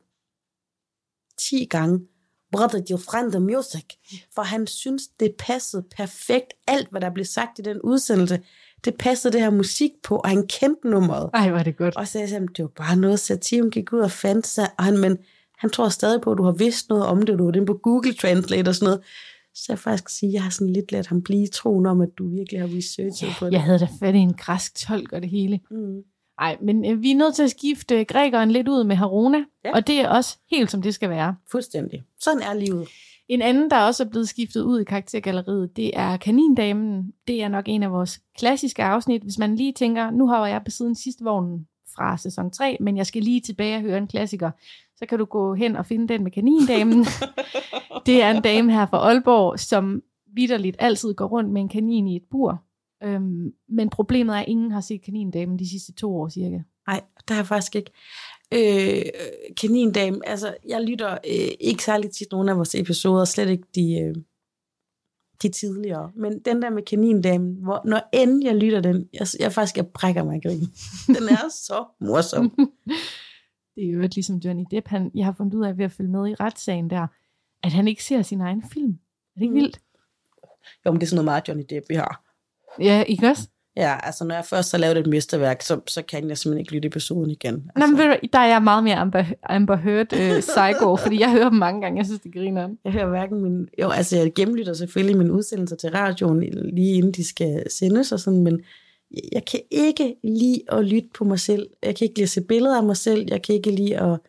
ti gange, what did you find the music? For han synes, det passede perfekt, alt hvad der blev sagt i den udsendelse, det passede det her musik på, og han kendte nummeret. Ej, var det godt. Og så sagde jeg, det var bare noget, satiren gik ud og fandt sig, og han, men han tror stadig på, at du har vidst noget om det, du var den på Google Translate og sådan noget. Så jeg faktisk sige, at jeg har sådan lidt let ham blive i troen om, at du virkelig har researchet ja, på det. Jeg havde da fat i en græsk tolk og det hele. Mm. Ej, men øh, vi er nødt til at skifte grækeren lidt ud med Haruna, ja. Og det er også helt som det skal være. Fuldstændig. Sådan er livet. En anden, der også er blevet skiftet ud i karaktergalleriet, det er Kanindamen. Det er nok en af vores klassiske afsnit. Hvis man lige tænker, nu har jeg på siden sidste vognen fra sæson tre, men jeg skal lige tilbage og høre en klassiker, så kan du gå hen og finde den med Kanindamen. Det er en dame her fra Aalborg, som vitterligt altid går rundt med en kanin i et bur. Øhm, men problemet er, at ingen har set Kanindamen de sidste to år cirka. Nej, det har jeg faktisk ikke. Øh, Kanindame, altså jeg lytter øh, ikke særlig tit nogle af vores episoder, slet ikke de, øh, de tidligere. Men den der med Kanindamen, hvor når end jeg lytter den, jeg, jeg faktisk jeg brækker mig i grin. Den er så morsom. Det er jo ikke ligesom Johnny Depp. Han, jeg har fundet ud af ved at følge med i retssagen der, at han ikke ser sin egen film. Er det ikke mm. vildt? Jo, men det er sådan noget meget Johnny Depp, vi har. Ja, ikke også? Ja, altså når jeg først har lavet et mesterværk, så, så kan jeg simpelthen ikke lytte episoden igen. Altså. Nå, men ved du, der er jeg meget mere Amber, Amber Heard øh, psycho, fordi jeg hører dem mange gange, jeg synes, det griner. Jeg hører hverken min... Jo, altså jeg gennemlytter selvfølgelig mine udsendelser til radioen, lige inden de skal sendes og sådan, men jeg kan ikke lide at lytte på mig selv. Jeg kan ikke lide at se billeder af mig selv. Jeg kan ikke lide at...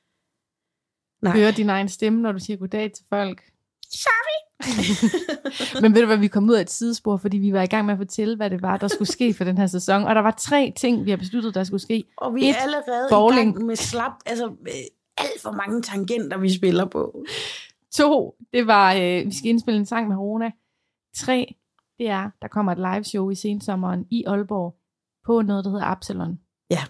Nej. Høre din egen stemme, når du siger goddag til folk. Sorry! Men ved du hvad, vi kom ud af et sidespor, fordi vi var i gang med at fortælle, hvad det var, der skulle ske for den her sæson. Og der var tre ting, vi har besluttet, der skulle ske. Og vi er et, allerede bowling. I gang med slap, altså alt for mange tangenter, vi spiller på. To, det var, øh, vi skal indspille en sang med Rona. Tre, det er, der kommer et live show i sensommeren i Aalborg på noget, der hedder Absalon. Ja.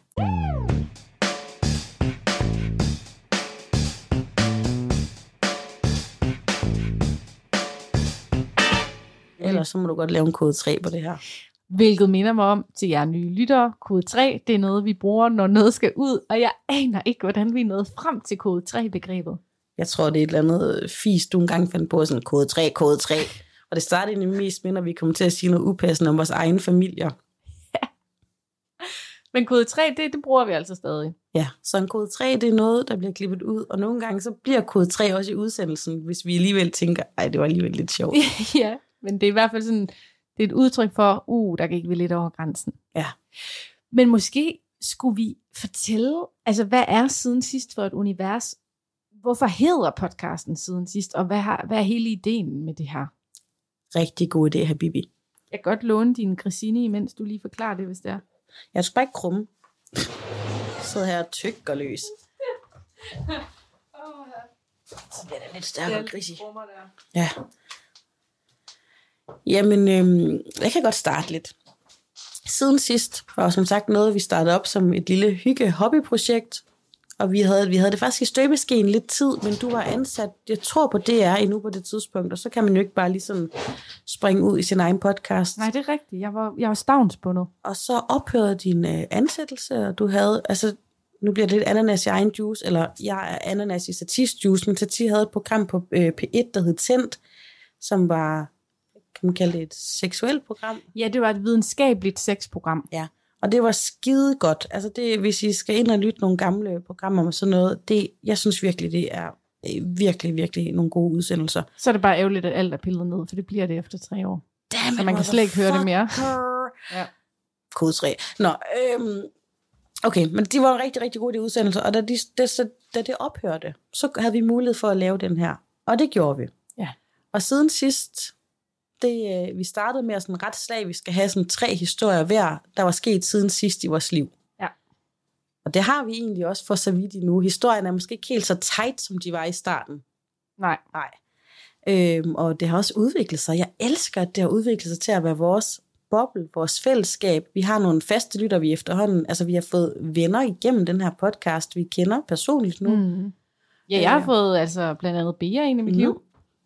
Ellers så må du godt lave en kode tre på det her. Hvilket minder mig om til jer nye lyttere. Kode tre, det er noget, vi bruger, når noget skal ud. Og jeg aner ikke, hvordan vi er nået frem til kode tre-begrebet. Jeg tror, det er et eller andet fis, du engang fandt på, sådan kode tre, kode tre. Og det startede egentlig mest med, når vi kom til at sige noget upassende om vores egen familier. Ja. Men kode tre, det, det bruger vi altså stadig. Ja, så en kode tre, det er noget, der bliver klippet ud. Og nogle gange, så bliver kode tre også i udsendelsen, hvis vi alligevel tænker, ej, det var alligevel lidt sjovt. Ja, men det er i hvert fald sådan, det er et udtryk for, uh, der gik vi lidt over grænsen. Ja. Men måske skulle vi fortælle, altså hvad er siden sidst for et univers? Hvorfor hedder podcasten siden sidst? Og hvad, har, hvad er hele ideen med det her? Rigtig god idé, Habibi. Jeg kan godt låne din grissini, mens du lige forklarer det, hvis det er. Jeg skal bare ikke krumme. Sidder her og tykker løs. Så bliver det lidt stærkere grisi. Ja. Jamen, øhm, jeg kan godt starte lidt. Siden sidst var som sagt noget, vi startede op som et lille hygge-hobbyprojekt. Og vi havde, vi havde det faktisk i støbeskeen lidt tid, men du var ansat, jeg tror på D R endnu på det tidspunkt, og så kan man jo ikke bare ligesom springe ud i sin egen podcast. Nej, det er rigtigt. Jeg var, jeg var stavnsbundet. Og så ophørte din øh, ansættelse, og du havde, altså nu bliver det lidt ananas i egen juice, eller jeg er ananas i Satis juice, men Satis havde et program på øh, P et, der hed Tændt, som var, kan man kalde det et seksuelt program? Ja, det var et videnskabeligt sexprogram. Ja. Og det var skide godt. Altså det, hvis I skal ind og lytte nogle gamle programmer og sådan noget, det, jeg synes virkelig, det er virkelig, virkelig nogle gode udsendelser. Så er det bare ærgerligt, at alt er pillet ned, for det bliver det efter tre år. Damn, så man kan slet ikke høre det mere. Ja. Kode tre. Nå, øhm, okay, men de var rigtig, rigtig gode, de udsendelser, og da, de, det, så, da det ophørte, så havde vi mulighed for at lave den her. Og det gjorde vi. Ja. Og siden sidst... Det, vi startede med sådan ret slag, vi skal have sådan tre historier hver, der var sket siden sidst i vores liv. Ja. Og det har vi egentlig også for så vidt nu. Historien er måske ikke helt så tight, som de var i starten. Nej. Nej. Øhm, og det har også udviklet sig. Jeg elsker, at det har udviklet sig til at være vores boble, vores fællesskab. Vi har nogle faste lytter, vi efterhånden, altså vi har fået venner igennem den her podcast, vi kender personligt nu. Mm. Ja, jeg har øh. fået altså blandt andet Bea ind i mit mm. liv.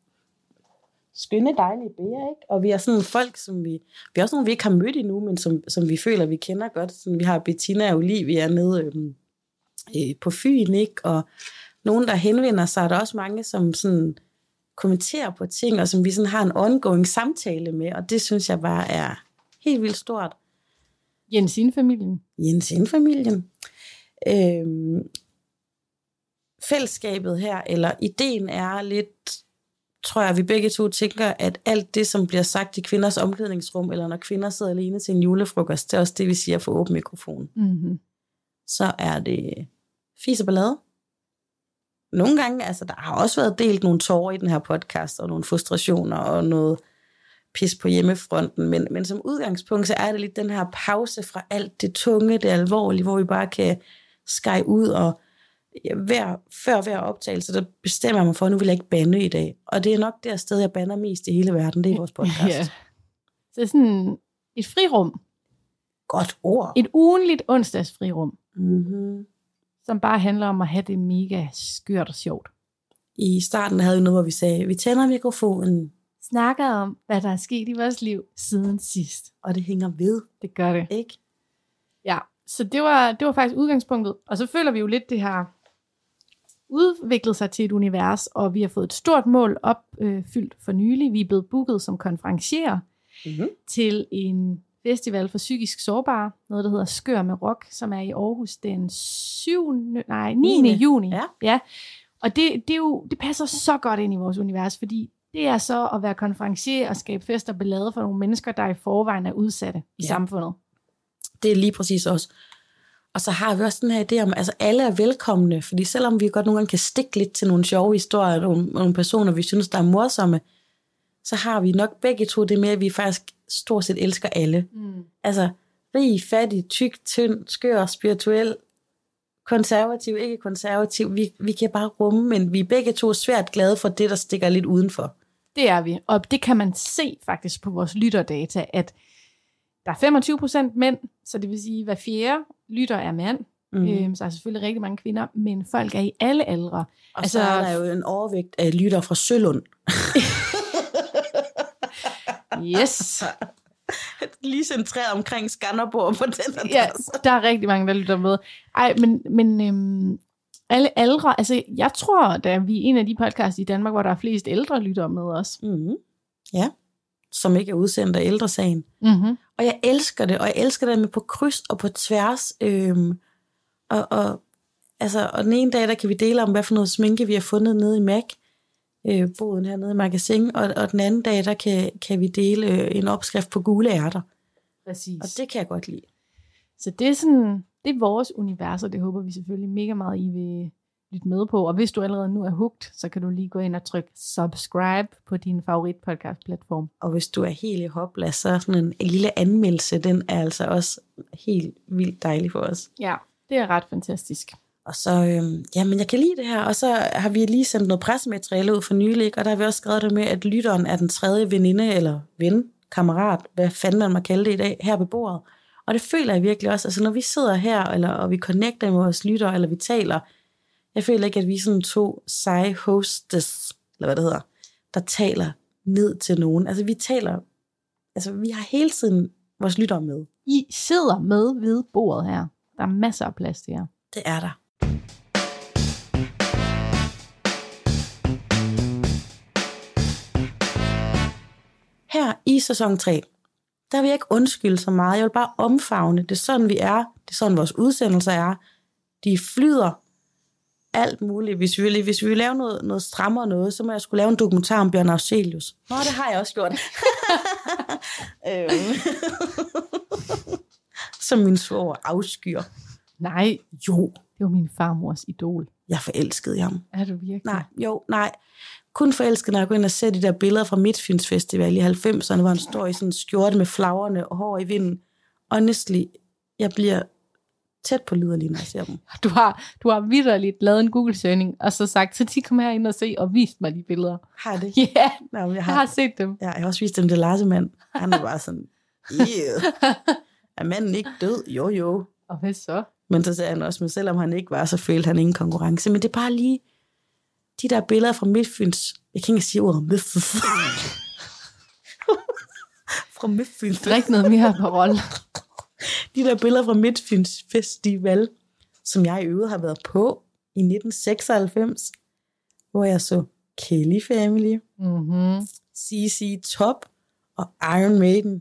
Skønne, dejlige bæger, ikke? Og vi er sådan folk, som vi... Vi er også nogle, vi ikke har mødt endnu, men som, som vi føler, vi kender godt. Sådan, vi har Bettina og Olivia nede øhm, øh, på Fyn, ikke? Og nogen, der henvender sig, er der også mange, som sådan kommenterer på ting, og som vi sådan har en ongoing samtale med, og det synes jeg bare er helt vildt stort. Jensen-familien. Jensen-familien. Øhm, fællesskabet her, eller ideen er lidt... tror jeg, vi begge to tænker, at alt det, som bliver sagt i kvinders omklædningsrum, eller når kvinder sidder alene til en julefrokost, det er også det, vi siger for åben mikrofon. Mm-hmm. Så er det fis og ballade. Nogle gange, altså der har også været delt nogle tårer i den her podcast, og nogle frustrationer, og noget pis på hjemmefronten, men, men som udgangspunkt, så er det lidt den her pause fra alt det tunge, det alvorlige, hvor vi bare kan skære ud, og hver, før hver optagelse, der bestemmer jeg mig for, at nu vil jeg ikke bande i dag. Og det er nok det sted, jeg bander mest i hele verden, det er vores podcast. Ja. Så det er sådan et frirum. Godt ord. Et ugenligt onsdagsfrirum. Mm-hmm. Som bare handler om at have det mega skørt og sjovt. I starten havde vi noget, hvor vi sagde, vi tænder mikrofonen. Snakker om, hvad der er sket i vores liv siden sidst. Og det hænger ved. Det gør det. Ikke? Ja, så det var, det var faktisk udgangspunktet. Og så føler vi jo lidt, det har udviklet sig til et univers, og vi har fået et stort mål opfyldt øh, for nylig. Vi er blevet booket som konferencier mm-hmm. til en festival for psykisk sårbare, noget der hedder Skør med Rock, som er i Aarhus den syvende, nej, niende juni. Ja. Ja. Og det, det, er jo, det passer så godt ind i vores univers, fordi det er så at være konferencier og skabe fest og ballade for nogle mennesker, der i forvejen er udsatte i ja. samfundet. Det er lige præcis også. Og så har vi også den her idé om, at altså alle er velkomne, fordi selvom vi godt nogle gange kan stikke lidt til nogle sjove historier, nogle, nogle personer, vi synes, der er morsomme, så har vi nok begge to det med, at vi faktisk stort set elsker alle. Mm. Altså rig, fattig, tyk, tynd, skør, spirituel, konservativ, ikke konservativ. Vi, vi kan bare rumme, men vi er begge to svært glade for det, der stikker lidt udenfor. Det er vi, og det kan man se faktisk på vores lytterdata, at der er femogtyve procent mænd, så det vil sige, at hver fjerde lytter er mand. Mm. Øhm, så er selvfølgelig rigtig mange kvinder, men folk er i alle aldre. Og altså, så er der jo en overvægt af lytter fra Sølund. Yes. Lige centreret omkring Skanderborg på den her. Ja, der er rigtig mange, der lytter med. Ej, men, men øhm, alle aldre, altså jeg tror, at vi er en af de podcasts i Danmark, hvor der er flest ældre lyttere med os. Mm-hmm. Ja, som ikke er udsendt af Ældresagen. Mm-hmm. Og jeg elsker det, og jeg elsker det med på kryds og på tværs. Øhm, og, og, altså, og den ene dag, der kan vi dele om, hvad for noget sminke vi har fundet nede i Mac, øh, boden hernede i Magasin, og, og den anden dag, der kan, kan vi dele øh, en opskrift på gule ærter. Præcis. Og det kan jeg godt lide. Så det er sådan, det er vores univers, og det håber vi selvfølgelig mega meget, I vil lytte med på. Og hvis du allerede nu er hooked, så kan du lige gå ind og trykke subscribe på din favorit podcast platform. Og hvis du er helt i hopla, så sådan en, en lille anmeldelse, den er altså også helt vildt dejlig for os. Ja, det er ret fantastisk. Og så, øhm, jamen jeg kan lide det her, og så har vi lige sendt noget pressemateriale ud for nylig, og der har vi også skrevet det med, at lytteren er den tredje veninde, eller ven, kammerat, hvad fanden man må kalde det i dag, her ved bordet. Og det føler jeg virkelig også, altså når vi sidder her, eller, og vi connecter med vores lytter, eller vi taler, jeg føler ikke, at vi er sådan to seje hostess, eller hvad det hedder, der taler ned til nogen. Altså vi taler, altså vi har hele tiden vores lytter med. I sidder med ved bordet her. Der er masser af plads til jer. Det er der. Her i sæson tre, der vil jeg ikke undskylde så meget. Jeg vil bare omfavne. Det er sådan, vi er. Det er sådan, vores udsendelser er. De flyder alt muligt. Hvis vi vil, hvis vi vil lave noget, noget strammere noget, så må jeg skulle lave en dokumentar om Bjørn Afzelius. Nå, det har jeg også gjort. Som min svoger afskyer. Nej. Jo. Det var min farmors idol. Jeg forelskede ham. Er du virkelig? Nej, jo, nej. Kun forelsket, når jeg går ind og ser de der billeder fra Midtfyns Festival i halvfemserne, hvor han står i sådan en skjorte med flagrende og hår i vinden. Honestly, jeg bliver tæt på liderlig, når jeg ser dem. Du har, du har vitterligt lavet en Google-søgning, og så sagt, så de kom herind og se, og vist mig de billeder. Har jeg det? Ja, yeah, Nå, jeg, har, jeg har set dem. Ja, jeg har også vist dem til Larsemand. Han er bare sådan, yeah. Er manden ikke død? Jo, jo. Og hvad så? Men så sagde han også, men selvom han ikke var, så følte han ingen konkurrence. Men det er bare lige de der billeder fra Midtfyns. Jeg kan ikke sige ordet Midtfyns. Fra Midtfyns. Drik noget mere parol. De der billeder fra Midtfyns Festival, som jeg i øvrigt har været på i nitten seksoghalvfems, hvor jeg så Kelly Family, Mm-hmm. C C Top og Iron Maiden.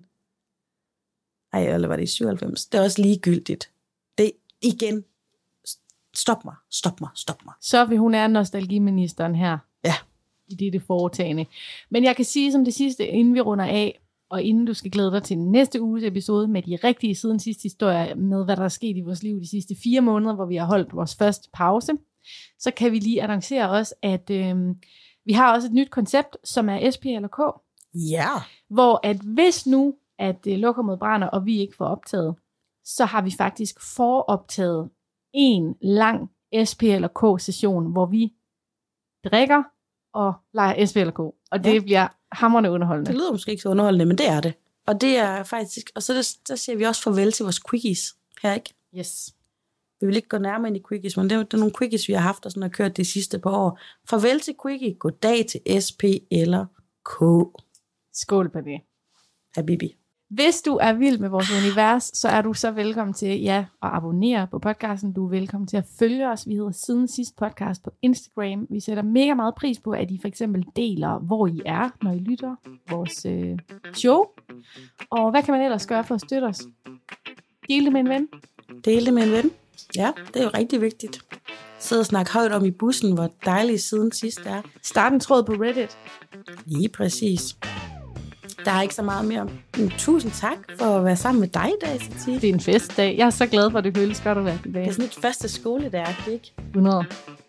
Ej, eller var det i syvoghalvfems? Det er også ligegyldigt. Det igen. Stop mig, stop mig, stop mig. Så vil hun er nostalgiministeren her. Ja. I dette foretagende. Men jeg kan sige som det sidste, inden vi runder af, og inden du skal glæde dig til næste uges episode med de rigtige siden sidste historier, med hvad der er sket i vores liv de sidste fire måneder, hvor vi har holdt vores første pause, så kan vi lige annoncere også, at øh, vi har også et nyt koncept, som er S P eller K. Ja. Hvor at hvis nu, at øh, lokummet brænder, og vi ikke får optaget, så har vi faktisk foroptaget en lang S P eller K-session, hvor vi drikker og leger S P eller K. Og det ja. bliver hamrende underholdende. Det lyder måske ikke så underholdende, men det er det. Og det er faktisk, og så der, der siger vi også farvel til vores quickies her, ikke? Yes. Vi vil ikke gå nærmere ind i quickies, men det er, det er nogle quickies, vi har haft og sådan har kørt de sidste par år. Farvel til quickie, goddag til S P eller K. Skål på det. Habibi. Hvis du er vild med vores univers, så er du så velkommen til ja, at abonnere på podcasten. Du er velkommen til at følge os. Vi hedder Siden Sidst Podcast på Instagram. Vi sætter mega meget pris på, at I for eksempel deler, hvor I er, når I lytter vores øh, show. Og hvad kan man ellers gøre for at støtte os? Del det med en ven. Del det med en ven. Ja, det er jo rigtig vigtigt. Sidde og snakke højt om i bussen, hvor dejligt Siden Sidst er. Start en tråd på Reddit. Lige præcis. Der er ikke så meget mere. Tusind tak for at være sammen med dig i dag, Satie. Det er en festdag. Jeg er så glad for, at det føles godt at være tilbage. Det er sådan et første skoledag, ikke? hundrede.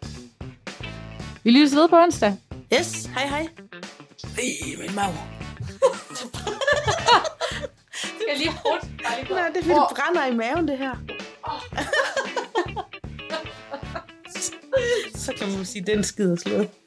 Vi lyttes ved på onsdag. Yes, hej hej. Ej, min mave. Det er lige hårdt. Nej, det er fordi, det brænder i maven, det her. Så kan man sige, den skider slået.